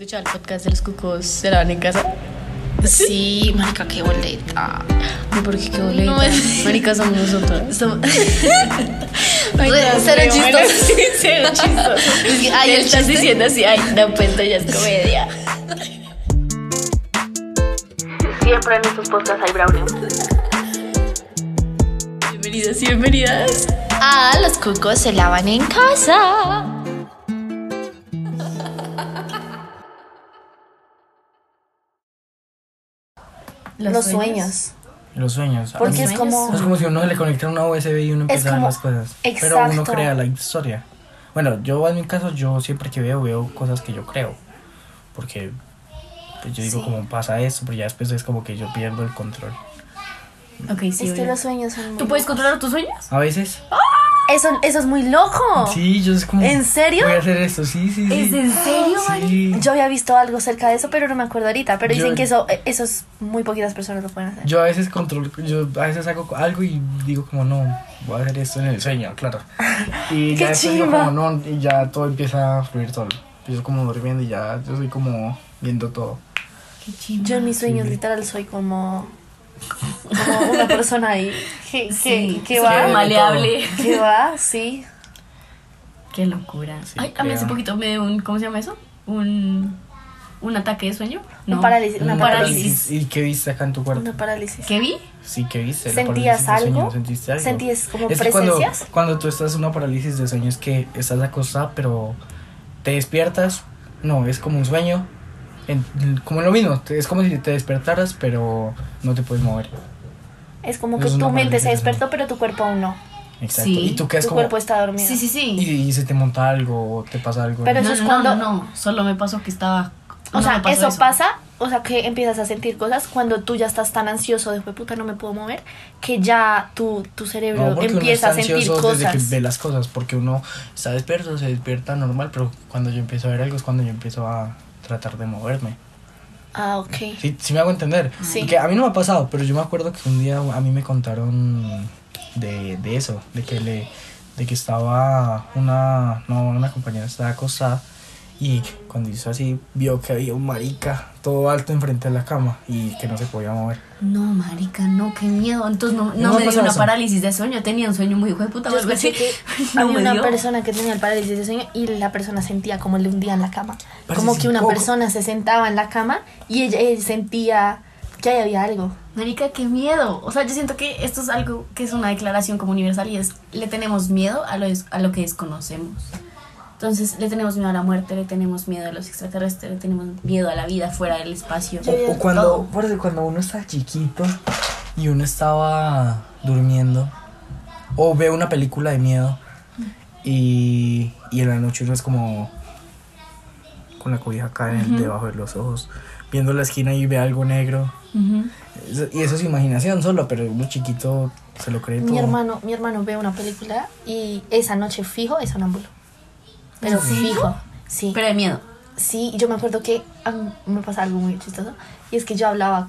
escuchado el podcast de los cucos se lavan en casa? Sí, marica, qué boleta. ¿Y por qué boleta? No es... Marica, somos nosotros. Ay, no, cero chistoso. Sí, cero chistoso. Ay, el estás chiste diciendo así, ay, no, pues esto ya es comedia. Siempre en estos podcasts hay brownie. Bienvenidos y bienvenidas. Los cucos se lavan en casa. Los sueños. Los sueños. Porque es como si uno se le conectara una USB y uno empieza a ver las cosas. Exacto. Pero uno crea la historia. Bueno, yo en mi caso, yo siempre que veo cosas que yo creo. Porque pues yo digo como pasa esto, pero ya después es como que yo pierdo el control. Ok, sí. Es que los sueños son muy ¿Tú puedes controlar tus sueños? A veces. Eso es muy loco. Sí, yo es como... ¿En serio? Voy a hacer esto, sí. ¿Es en serio, Sí. Yo había visto algo cerca de eso, pero no me acuerdo ahorita. Pero dicen Yo- que eso es muy poquitas personas lo pueden hacer. Yo a veces hago algo y digo como no, voy a hacer esto en el sueño, claro. Y ¡Qué ya después digo chimba! como no, y ya todo empieza a fluir solo. Yo como durmiendo y ya yo soy como viendo todo. Qué chido. Yo en mis sueños Sí. literal soy como una persona ahí que Súper va, maleable. que va, sí. Qué locura. Sí, Ay, a mí hace creo. poquito me dio un, ¿cómo se llama eso? Un ataque de sueño. Un parálisis, una parálisis. ¿Y qué viste acá en tu cuarto? Una parálisis. ¿Qué vi? Sí, ¿qué viste? La ¿Sentías parálisis de sueño, algo? ¿Sentiste algo? ¿Sentías como Es que presencias? cuando tú estás en una parálisis de sueño es que estás acostada, pero te despiertas. No, es como un sueño. Como lo mismo, es como si te despertaras, pero no te puedes mover. Es como Es que una tu mente se parálisis de despertó, pero tu cuerpo aún no. Exacto. Sí. Y tú quedas Tu como... cuerpo está dormido. Sí, sí, sí. Y se te monta algo o te pasa algo. Pero ¿no? eso es cuando- No. Solo me pasó que estaba... O no sea, me pasó eso pasa, o sea, que empiezas a sentir cosas cuando tú ya estás tan ansioso de puta no me puedo mover, que ya tu cerebro No, porque empieza a uno está sentir ansioso desde que cosas. ve las cosas, porque uno está despierto, se despierta normal, pero cuando yo empiezo a ver algo es cuando yo empiezo a tratar de moverme. Ah, ok. Sí me hago entender. Sí. Y que a mí no me ha pasado, pero yo me acuerdo que un día a mí me contaron de eso, de que estaba una compañera estaba acostada y cuando hizo así vio que había un marica todo alto enfrente de la cama y que no se podía mover. No, marica, no, qué miedo. Entonces no No me me dio pasa una eso. parálisis de sueño. Tenía un sueño muy hijo de puta o Yo algo así. escuché que No había me una dio. persona que tenía el parálisis de sueño y la persona sentía como le hundía en la cama. Parece Como que una poco. persona se sentaba en la cama y él sentía que ahí había algo. Marica, qué miedo. O sea, yo siento que esto es algo que es una declaración como universal y es, le tenemos miedo a lo que desconocemos. Entonces, le tenemos miedo a la muerte, le tenemos miedo a los extraterrestres, le tenemos miedo a la vida fuera del espacio. O cuando uno está chiquito y uno estaba durmiendo o ve una película de miedo y en la noche uno es como con la cobija acá debajo de los ojos, viendo la esquina y ve algo negro. Y eso es imaginación solo, pero uno chiquito se lo cree todo. Mi hermano ve una película y esa noche fijo es sonámbulo. Pero ¿Sí? fijo, sí. Pero de miedo. Sí, yo me acuerdo que a mí me pasa algo muy chistoso y es que yo hablaba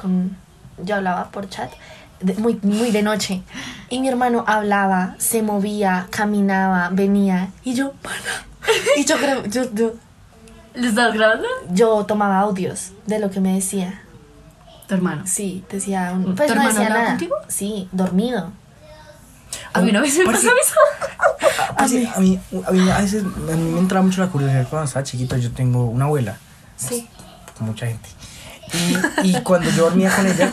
por chat muy de noche y mi hermano hablaba, se movía, caminaba, venía y yo y yo creo ¿Le estás grabando? yo tomaba audios de lo que me decía. Tu hermano. Sí, decía pues ¿Tu no hermano decía hablaba nada. contigo? Sí, dormido. A mí una vez me pasó eso. A mí a veces a mí me entra mucho la curiosidad cuando estaba chiquito. Yo tengo una abuela, Sí. como mucha gente. Y cuando yo dormía con ella,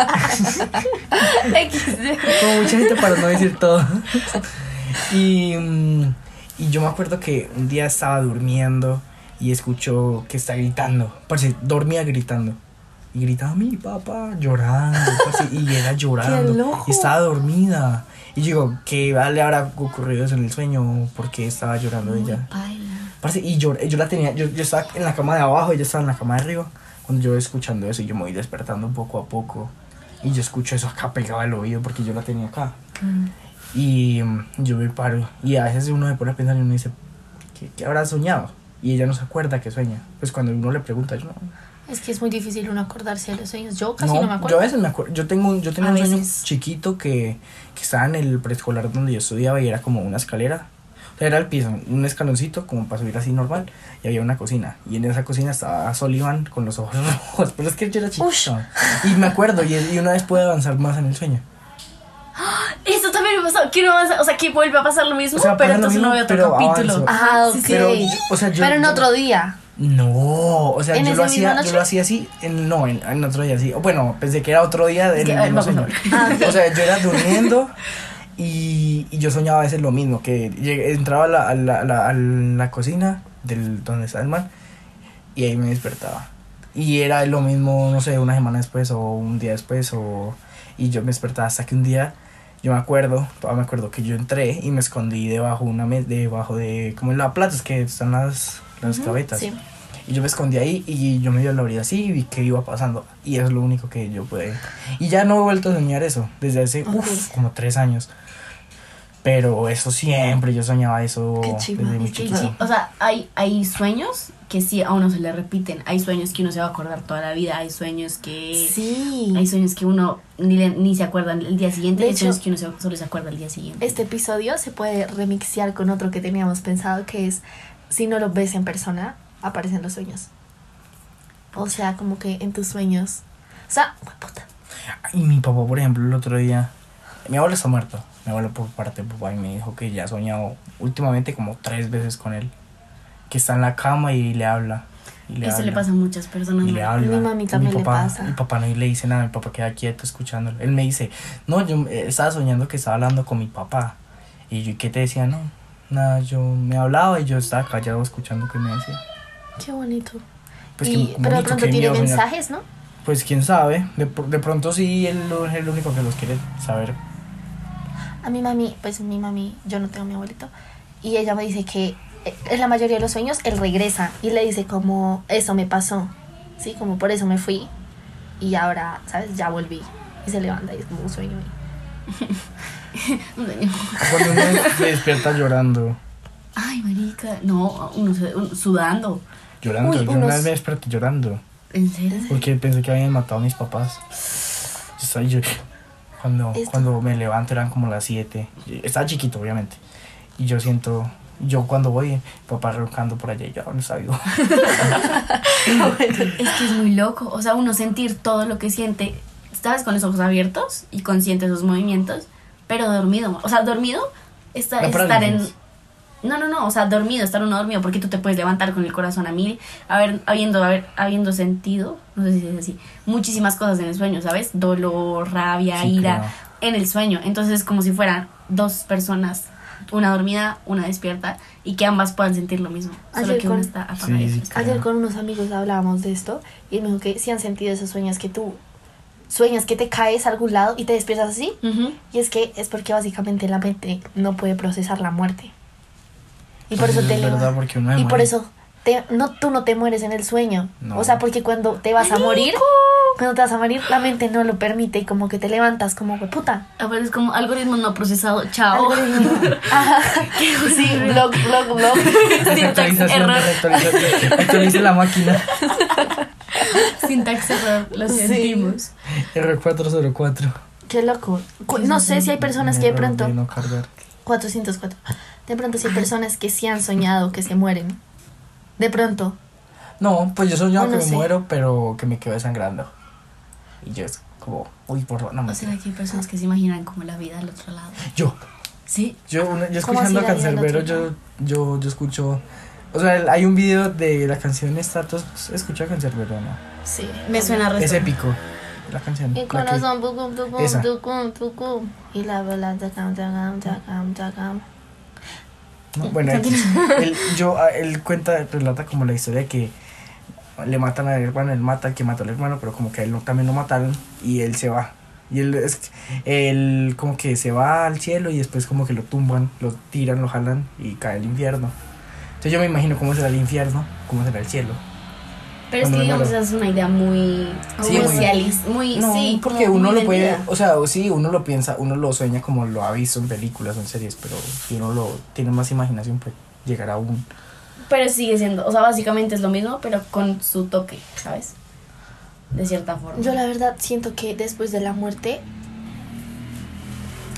como mucha gente para no decir todo. Y yo me acuerdo que un día estaba durmiendo y escucho que está gritando. Parce, dormía gritando. Y gritaba mi papá llorando, parce, y era llorando. ¡Qué loco! Y estaba dormida. Y yo digo, ¿qué le habrá ocurrido eso en el sueño? ¿Por qué estaba llorando ella? Parce, y yo la tenía, yo estaba en la cama de abajo, ella estaba en la cama de arriba. Cuando yo voy escuchando eso y yo me voy despertando poco a poco. Y yo escucho eso acá pegado al oído porque yo la tenía acá. Y yo me paro. Y a veces uno se pone a pensar y uno dice, ¿qué habrá soñado? Y ella no se acuerda que sueña. Pues cuando uno le pregunta, yo no. Es que es muy difícil uno acordarse de los sueños. Yo casi no me acuerdo. Yo a veces me acuerdo. Yo tenía un sueño veces. chiquito que estaba en el preescolar donde yo estudiaba y era como una escalera. O sea, era el piso, un escaloncito como para subir así normal, y había una cocina. Y en esa cocina estaba Sullivan con los ojos rojos. Pero es que yo era chiquito. Y me acuerdo, y una vez pude avanzar más en el sueño. Esto también me pasó, que uno avanza, o sea, que vuelve a pasar lo mismo, O sea, pero pasa lo entonces mismo, uno ve otro pero capítulo. avanzo. Ah, ok. Pero, o sea, Pero en otro día. No, o sea, ¿En yo esa lo misma hacía, noche? yo lo hacía así, en otro día así. O bueno, pensé que era otro día Es en que, el a ver, mismo vamos sueño. a ver. O sea, yo era durmiendo y yo soñaba a veces lo mismo, que entraba a la cocina donde está el man y ahí me despertaba. Y era lo mismo, no sé, una semana después o un día después y yo me despertaba hasta que un día, yo todavía me acuerdo que yo entré y me escondí debajo de, como en la plata, es que están las gavetas. Sí. Y yo me escondí ahí y yo me dio la brida así y vi que iba pasando. Y eso es lo único que yo pude. Y ya no he vuelto a soñar eso desde hace como 3 años. Pero eso siempre, yo soñaba eso Qué chiva. desde muy Es que chiquito. sí, o sea, hay sueños que sí a uno se le repiten. Hay sueños que uno se va a acordar toda la vida. Hay sueños que Sí. hay sueños que uno ni se acuerda el día siguiente. De Hay sueños hecho, que uno solo se acuerda el día siguiente. Este episodio se puede remixear con otro que teníamos pensado, que es si no lo ves en persona, aparecen los sueños. O sea, como que en tus sueños. O sea, puta. Y mi papá, por ejemplo, el otro día, mi abuelo está muerto. Mi abuelo por parte de papá y me dijo que ya ha soñado últimamente como 3 veces con él. Que está en la cama y le habla. Eso le pasa a muchas personas. Y le ¿no? habla. Mi mami también le pasa. Mi papá no le dice nada, mi papá queda quieto escuchándolo. Él me dice, no, yo estaba soñando que estaba hablando con mi papá. Y yo, ¿y qué te decía? No, nada, yo me hablaba y yo estaba callado escuchando qué me decía. Qué bonito. Pues Y, qué pero de bonito, pronto qué tiene miedo soñar. mensajes, ¿no? Pues quién sabe, de pronto sí, él es el único que los quiere saber. A mi mami, yo no tengo a mi abuelito, y ella me dice que en la mayoría de los sueños él regresa y le dice como, eso me pasó, ¿sí? Como por eso me fui y ahora, ¿sabes? Ya volví. Y se levanta y es como un sueño. Un sueño. Cuando uno se despierta llorando. Ay, marica, no, uno sudando. Llorando, Uy, yo una unos- vez me desperté llorando. ¿En serio? Porque pensé que habían matado a mis papás. Cuando me levanto eran como las 7. Estaba chiquito, obviamente. Y yo cuando voy, papá roncando por allá y yo no sabía. Es que es muy loco, o sea, uno sentir todo lo que siente, ¿sabes? Con los ojos abiertos y consciente de sus movimientos, pero dormido. O sea, dormido estar en... parálisis. No, o sea, dormido, estar uno dormido, porque tú te puedes levantar con el corazón a 1000, habiendo sentido, no sé si es así, muchísimas cosas en el sueño, ¿sabes? Dolor, rabia, Sí, ira, claro. en el sueño. Entonces es como si fueran 2 personas, una dormida, una despierta, y que ambas puedan sentir lo mismo, solo Ayer que uno con- está apagado. Sí, Ayer con unos amigos hablábamos de esto y él me dijo que si han sentido esos sueños que tú sueñas que te caes a algún lado y te despiertas así. Ujú. Y es que es porque básicamente la mente no puede procesar la muerte. Y por eso Es te verdad, levanta. porque uno se Y por muere. eso tú no te mueres en el sueño. No. O sea, porque cuando te vas a morir, la mente no lo permite y como que te levantas como que puta. A ver, es como algoritmo no procesado. Chao. Algoritmo. Ajá. Sí, blog. Syntax error. Actualice la máquina. Syntax error. Lo Sí. sentimos. R404. Qué loco. No sé si hay personas que de pronto. No cargar. 404. De pronto si hay personas que sí han soñado que se mueren. De pronto. No, pues yo soñaba No que me sé. muero, pero que me quedo desangrando. Y yo es como, uy, por favor, no me. O sea, que hay personas que se imaginan como la vida al otro lado. Yo Sí. ¿Cómo escuchando a así la vida al Cancerbero, otro yo escucho. O sea, hay un video de la canción esta. ¿Tú has escuchado a Cancerbero, no? Sí. Me suena Es resto. épico. La canción. Mi la que- corazón, tucum, tucum, Esa. tucum, tucum. Y la bola, tacam, tacam, tacam, tacam. ¿no? Bueno, él relata como la historia de que le matan al hermano, él mata al que mató al hermano, pero como que a él también lo mataron y él se va. Y él como que se va al cielo y después como que lo tumban, lo tiran, lo jalan y cae al infierno. Entonces yo me imagino cómo será el infierno, cómo será el cielo. Pero es que Cuando me digamos, muero. esa es una idea muy Sí, muy- socialista. Muy, No, sí, porque como uno muy lo puede, vendida. o sea, sí, uno lo piensa, uno lo sueña como lo ha visto en películas o en series, pero si uno lo tiene más imaginación puede llegar a un... Pero sigue siendo, o sea, básicamente es lo mismo, pero con su toque, ¿sabes? De cierta forma. Yo la verdad siento que después de la muerte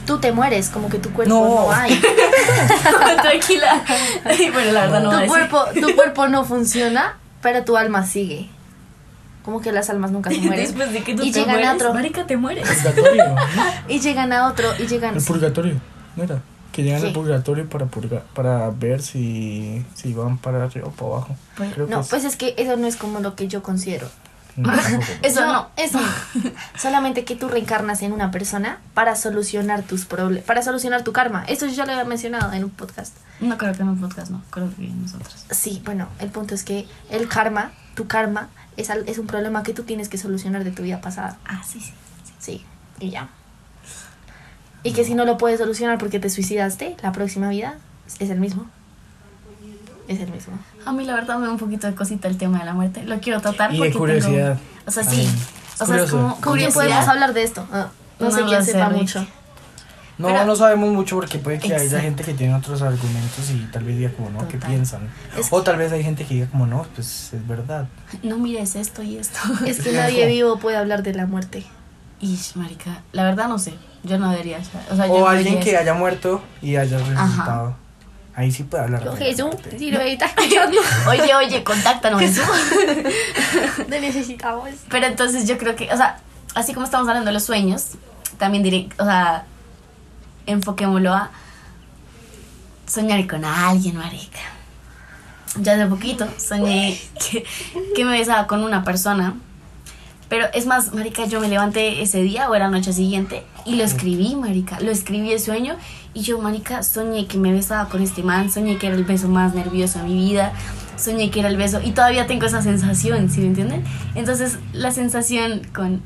tú te mueres, como que tu cuerpo no hay. Tranquila. Bueno, la verdad no va a decir. Tu cuerpo no funciona, pero tu alma sigue. Como que las almas nunca se mueren. Después de que tú y te llegan mueres, a otro. marica, te mueres. Purgatorio, ¿no? Y llegan a otro, y llegan... El purgatorio, ¿no era? Que llegan Sí. al purgatorio para ver si van para arriba o para abajo. Creo No, que pues es que eso no es como lo que yo considero. No, tampoco. Eso no. Eso no. Solamente que tú reencarnas en una persona para solucionar tus problemas, para solucionar tu karma. Eso yo ya lo había mencionado en un podcast. No creo que en un podcast, no. Creo que nosotros. Sí, bueno, el punto es que el karma, tu karma, es un problema que tú tienes que solucionar de tu vida pasada. Ah, sí. Sí, y ya. Y que si no lo puedes solucionar porque te suicidaste, la próxima vida es el mismo. Es el mismo. A mí la verdad me da un poquito de cosita el tema de la muerte. Lo quiero tratar Y porque de curiosidad. tengo... O sea, sí. También. O sea, es como ¿Con quién curiosidad. podemos hablar de esto? No sé No quién lo sé, sepa Rick. mucho. No, Pero- no sabemos mucho porque puede que haya Exacto. gente que tiene otros argumentos y tal vez diga como, no, ¿qué Total. piensan? Es O tal vez hay gente que diga como, no, pues es verdad. No mires esto y esto. Es que nadie vivo puede hablar de la muerte. Ish, marica. La verdad no sé. Yo no debería. O sea, yo O no alguien debería que eso. haya muerto y haya resucitado. Ahí sí puede hablar. Yo, de la Jesús, muerte. si lo estás escuchando, Oye, contáctanos eso. te necesitamos. Pero entonces yo creo que, o sea, así como estamos hablando de los sueños, también diré, o sea, enfoquémoslo a soñar con alguien, marica. Yo hace poquito soñé que me besaba con una persona. Pero es más, marica, yo me levanté ese día o era la noche siguiente y lo escribí, marica. Lo escribí el sueño y yo, marica, soñé que me besaba con este man. Soñé que era el beso más nervioso de mi vida. Soñé que era el beso y todavía tengo esa sensación, ¿sí me entienden? Entonces, la sensación con...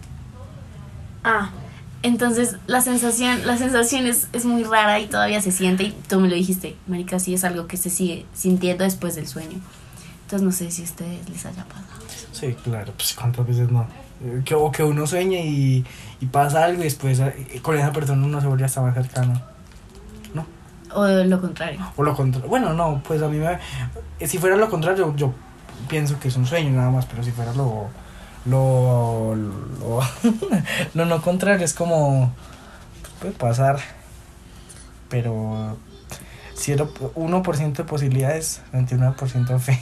Entonces, la sensación es muy rara y todavía se siente. Y tú me lo dijiste, marica, sí es algo que se sigue sintiendo después del sueño. Entonces, no sé si a ustedes les haya pasado. Sí, claro, pues cuántas veces no. O que uno sueña y pasa algo y después con esa persona uno se vuelve hasta más cercano. ¿No? O lo contrario. O lo contrario. Bueno, no, pues a mí si fuera lo contrario, yo pienso que es un sueño nada más, pero si fuera lo no contrario, es como puede pasar, pero si era 1% de posibilidades, 29% de fe.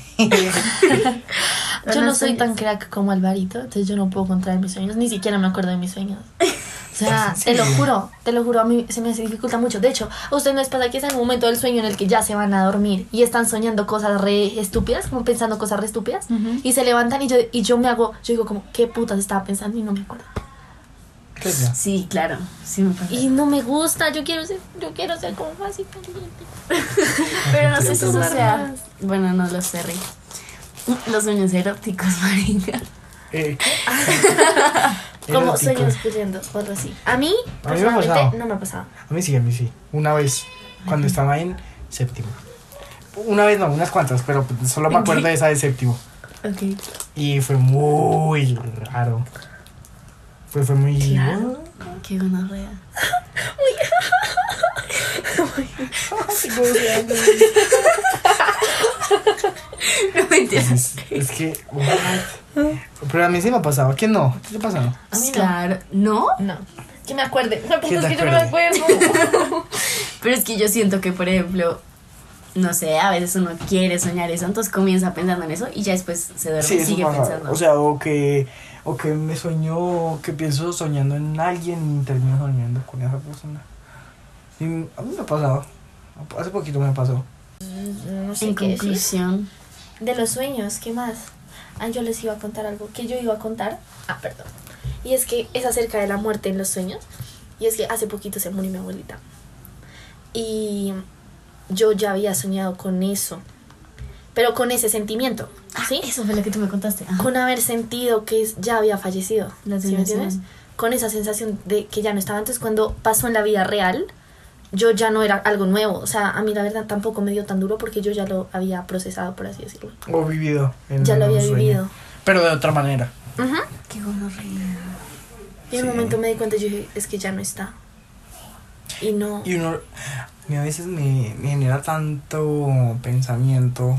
Yo no soy tan crack como Alvarito, entonces yo no puedo contar mis sueños, ni siquiera me acuerdo de mis sueños. O sea, ¿En te lo serio? juro, a mí se me dificulta mucho. De hecho, ¿a usted no les pasa que es en un momento del sueño en el que ya se van a dormir y están soñando cosas re estúpidas, como pensando cosas re estúpidas, y se levantan y yo digo como, ¿qué putas estaba pensando? Y no me acuerdo. ¿Qué es ya? Sí, claro, sí me pasa. Y no me gusta, yo quiero ser como fácil caliente. Pero no sé si eso Tus sea... barras. Bueno, no lo sé, Rick. Los sueños eróticos, marica. ¿Qué? Como Erótico. sueños cayendo, o algo así. A mí, A mí me ha personalmente, pasado. no me ha pasado. A mí sí. Una vez, cuando estaba en séptimo. Una vez no, unas cuantas, pero solo me acuerdo de esa de séptimo. Ok. Y fue muy raro. Fue muy... Claro. Qué gonorrea. No me entiendes. Es que... what? Pero a mí sí me ha pasado. ¿A quién no? ¿Qué te ha pasado? A mí no. Claro. ¿No? No. Que me acuerde. La puta ¿Quién es te que yo no me acuerdo. Pero es que yo siento que, por ejemplo, no sé, a veces uno quiere soñar eso, entonces comienza pensando en eso y ya después se duerme y eso sigue pasa. pensando. O sea, o que me soñó, que pienso soñando en alguien y termino soñando con esa persona. Y a mí me ha pasado. Hace poquito me pasó. No sé en qué decir. conclusión, De los sueños, ¿qué más? Yo les iba a contar algo que yo iba a contar. Perdón. Y es que es acerca de la muerte en los sueños. Y es que hace poquito se murió mi abuelita. Y yo ya había soñado con eso. Pero con ese sentimiento, ¿sí? eso fue lo que tú me contaste. Ajá. Con haber sentido que ya había fallecido. La ¿Sí me entiendes? sensación. Con esa sensación de que ya no estaba. Entonces, cuando pasó en la vida real, yo ya no era algo nuevo. O sea, a mí la verdad tampoco me dio tan duro porque yo ya lo había procesado, por así decirlo. O vivido. Ya lo había un sueño. vivido. Pero de otra manera. Ujú. Qué gonorrea. Y en Sí. un momento me di cuenta y yo dije, es que ya no está. Y no. Y uno... A mí a veces me genera tanto pensamiento.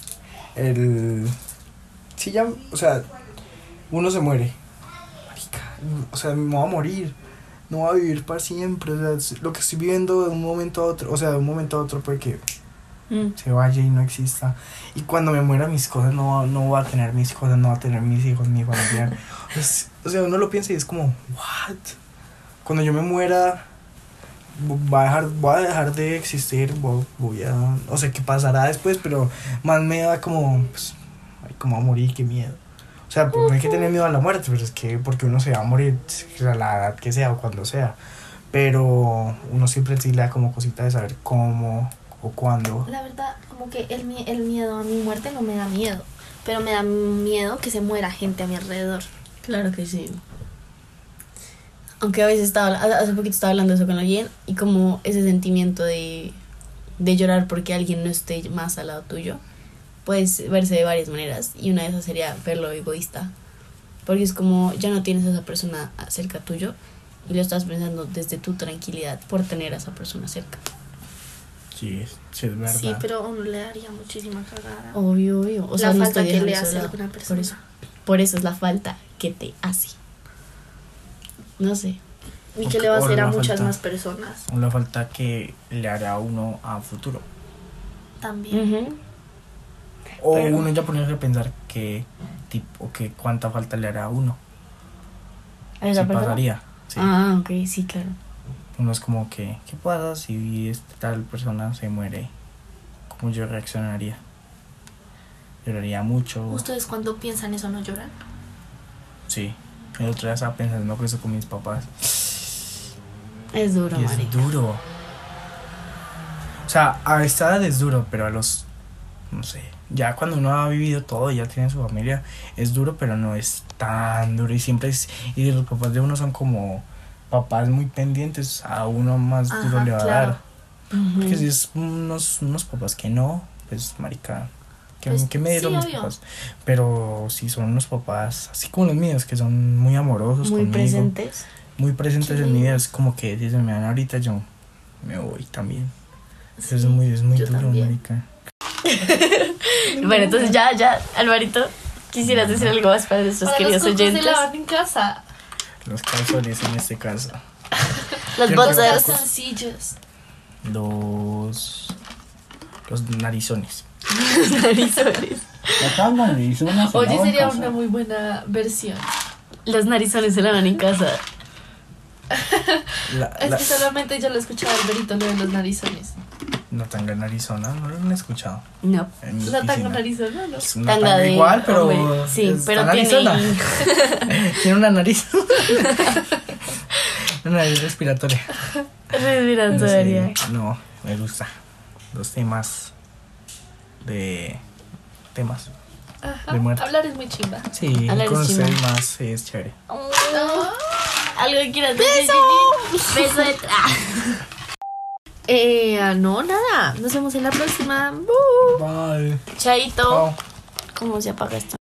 Sí, ya... O sea... Uno se muere. Marica, o sea, me voy a morir. no va a vivir para siempre. O sea, lo que estoy viviendo de un momento a otro, o sea, de un momento a otro puede que se vaya y no exista. Y cuando me muera mis cosas, no va a tener mis cosas, no va a tener mis hijos, mi familia. O sea, uno lo piensa y es como, what? Cuando yo me muera, voy a dejar de existir, voy a, no sé qué pasará después, pero más me da como, pues, ay, como a morir, qué miedo. O sea, no hay que tener miedo a la muerte, pero es que porque uno se va a morir a la edad que sea o cuando sea. Pero uno siempre sí le da como cosita de saber cómo o cuándo. La verdad, como que el miedo a mi muerte no me da miedo, pero me da miedo que se muera gente a mi alrededor. Claro que sí. Aunque a veces hace poquito estaba hablando de eso con alguien y como ese sentimiento de llorar porque alguien no esté más al lado tuyo, puedes verse de varias maneras y una de esas sería verlo egoísta, porque es como ya no tienes a esa persona cerca tuyo y lo estás pensando desde tu tranquilidad por tener a esa persona cerca. Sí, es verdad. Sí, pero a uno le daría muchísima cagada. Obvio. O sea, la no falta estoy que dejando le eso hace de a lado. alguna persona. Por eso es la falta que te hace. No sé. Y que le va a O hacer a la muchas falta. más personas O la falta que le hará a uno a futuro. también. O Pero- uno ya ponerse a pensar que cuánta falta le hará a uno. ¿A esa Si persona? pasaría. Sí. Ah, ok, sí, claro. Uno es como que, ¿qué pasa si esta tal persona se muere? ¿Cómo yo reaccionaría? Lloraría mucho. ¿Ustedes cuando piensan eso no lloran? Sí. El otro día estaba pensando que eso con mis papás. Es duro, Y es marica. duro. O sea, a esta edad es duro, pero a los, no sé, ya cuando uno ha vivido todo, ya tiene su familia, es duro, pero no es tan duro. Y siempre y los papás de uno son como papás muy pendientes, a uno más duro Ajá, le va a claro. dar. Porque si es unos papás que no, pues marica, Pues, que me dieron sí, mis obvio. papás. Pero si son unos papás, así como los míos, que son muy amorosos Muy conmigo, presentes. muy presentes Qué en mi vida, lindo. es como que si se me dan ahorita, yo me voy también. Es muy yo duro, también. marica. Bueno, entonces ya, Alvarito, ¿quisieras decir algo más para nuestros Para queridos los cocos oyentes? se lavan en casa. Los calzones en este caso. Los Yo Los creo boxers. calzoncillos. Los narizones. Narizones. Oye, sería una muy buena versión. Los narizones se lavan en casa. Es que solamente yo lo he escuchado al Berito, lo de los narizones. La tanga en Arizona, no lo he escuchado. No. En mi La tanga oficina. narizona, ¿no? Es una Tanga tanga de igual, pero hombre. Sí, está pero en tiene... Arizona. Tiene una nariz. Una nariz respiratoria. Respiratoria. Sí, no, me gusta. Los temas de Ajá. De muerte. Hablar es muy chimba. Sí, Hablar es conocer chimba. más es chévere. Algo que quieras decir. Beso de No, nada. Nos vemos en la próxima. Bye. Chaito. Chao. ¿Cómo se apaga esto?